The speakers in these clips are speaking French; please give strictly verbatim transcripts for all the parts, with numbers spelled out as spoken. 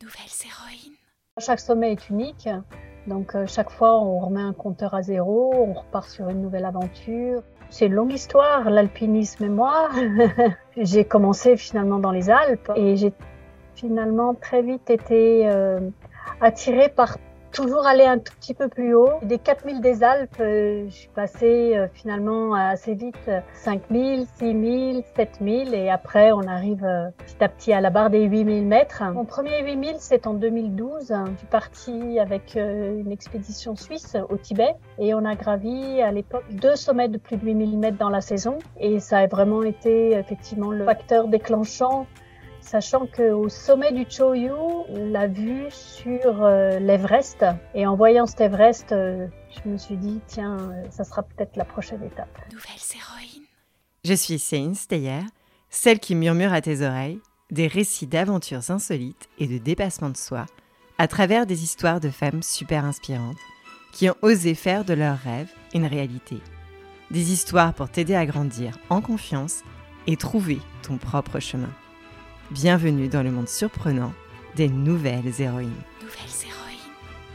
Nouvelles héroïnes. Chaque sommet est unique, donc euh, chaque fois on remet un compteur à zéro, on repart sur une nouvelle aventure. C'est une longue histoire, l'alpinisme et moi. J'ai commencé finalement dans les Alpes et j'ai finalement très vite été euh, attirée par toujours aller un tout petit peu plus haut. Des quatre mille des Alpes, euh, je suis passée euh, finalement assez vite cinq mille, six mille, sept mille et après on arrive euh, petit à petit à la barre des huit mille mètres. Mon premier huit mille c'est en deux mille douze. Je suis partie avec euh, une expédition suisse au Tibet et on a gravi à l'époque deux sommets de plus de huit mille mètres dans la saison et ça a vraiment été effectivement le facteur déclenchant. Sachant qu'au sommet du Cho-Oyu, la vue sur euh, l'Everest, et en voyant cet Everest, euh, je me suis dit, tiens, euh, ça sera peut-être la prochaine étape. Nouvelles héroïnes. Je suis Céline Steyer, celle qui murmure à tes oreilles des récits d'aventures insolites et de dépassement de soi, à travers des histoires de femmes super inspirantes, qui ont osé faire de leurs rêves une réalité. Des histoires pour t'aider à grandir en confiance et trouver ton propre chemin. Bienvenue dans le monde surprenant des nouvelles héroïnes. Nouvelles héroïnes.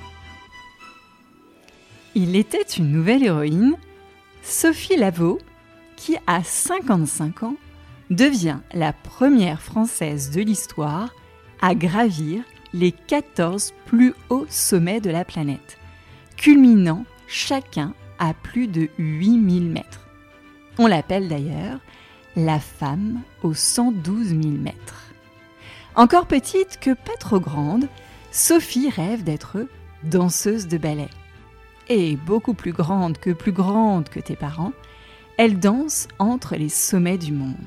Il était une nouvelle héroïne, Sophie Lavaux, qui à cinquante-cinq ans devient la première Française de l'histoire à gravir les quatorze plus hauts sommets de la planète, culminant chacun à plus de huit mille mètres. On l'appelle d'ailleurs la femme aux cent douze mille mètres. Encore petite que pas trop grande, Sophie rêve d'être danseuse de ballet. Et beaucoup plus grande que plus grande que tes parents, elle danse entre les sommets du monde.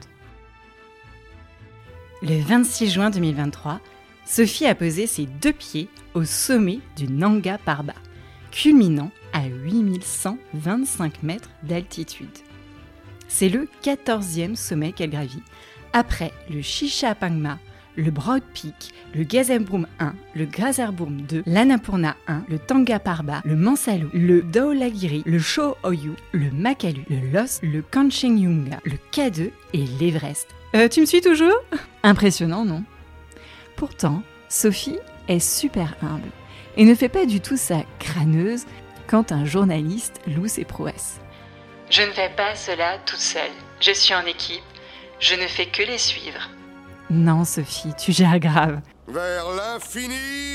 Le vingt-six juin deux mille vingt-trois, Sophie a posé ses deux pieds au sommet du Nanga Parbat, culminant à huit mille cent vingt-cinq mètres d'altitude. C'est le quatorzième sommet qu'elle gravit, après le Shishapangma, le Broad Peak, le Gazebrum un, le Gazarbrum deux, l'Annapurna un, le Tanga Parbat, le Mansalu, le Dhaulagiri, le Cho-Oyu, le Makalu, le Lhotse, le Kanchenjunga, le K deux et l'Everest. Euh, tu me suis toujours ? Impressionnant, non ? Pourtant, Sophie est super humble et ne fait pas du tout sa crâneuse quand un journaliste loue ses prouesses. Je ne fais pas cela toute seule. Je suis en équipe. Je ne fais que les suivre. Non, Sophie, tu gères grave. Vers l'infini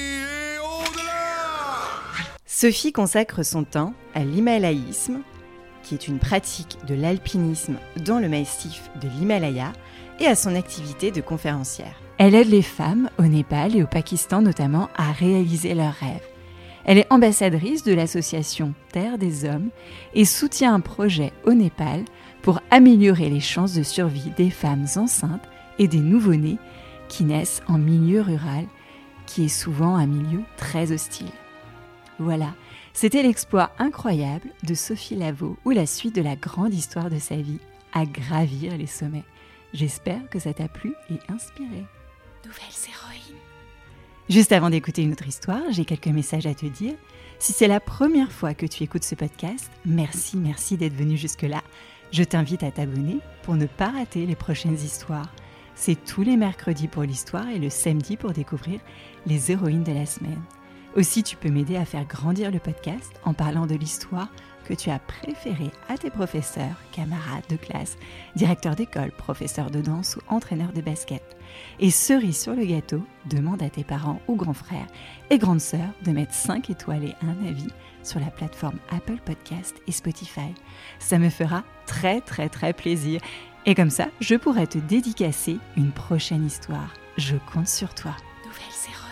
et au-delà. Sophie consacre son temps à l'himalayisme, qui est une pratique de l'alpinisme dans le massif de l'Himalaya, et à son activité de conférencière. Elle aide les femmes au Népal et au Pakistan notamment à réaliser leurs rêves. Elle est ambassadrice de l'association Terre des Hommes et soutient un projet au Népal pour améliorer les chances de survie des femmes enceintes et des nouveau-nés qui naissent en milieu rural, qui est souvent un milieu très hostile. Voilà, c'était l'exploit incroyable de Sophie Lavaux ou la suite de la grande histoire de sa vie à gravir les sommets. J'espère que ça t'a plu et inspiré. Nouvelles héroïnes. Juste avant d'écouter une autre histoire, j'ai quelques messages à te dire. Si c'est la première fois que tu écoutes ce podcast, merci, merci d'être venu jusque-là. Je t'invite à t'abonner pour ne pas rater les prochaines histoires. C'est tous les mercredis pour l'histoire et le samedi pour découvrir les héroïnes de la semaine. Aussi, tu peux m'aider à faire grandir le podcast en parlant de l'histoire que tu as préférée à tes professeurs, camarades de classe, directeurs d'école, professeurs de danse ou entraîneurs de basket. Et cerise sur le gâteau, demande à tes parents ou grands frères et grandes sœurs de mettre cinq étoiles et un avis sur la plateforme Apple Podcast et Spotify. Ça me fera très très très plaisir. Et comme ça, je pourrai te dédicacer une prochaine histoire. Je compte sur toi. Nouvelles héroïnes.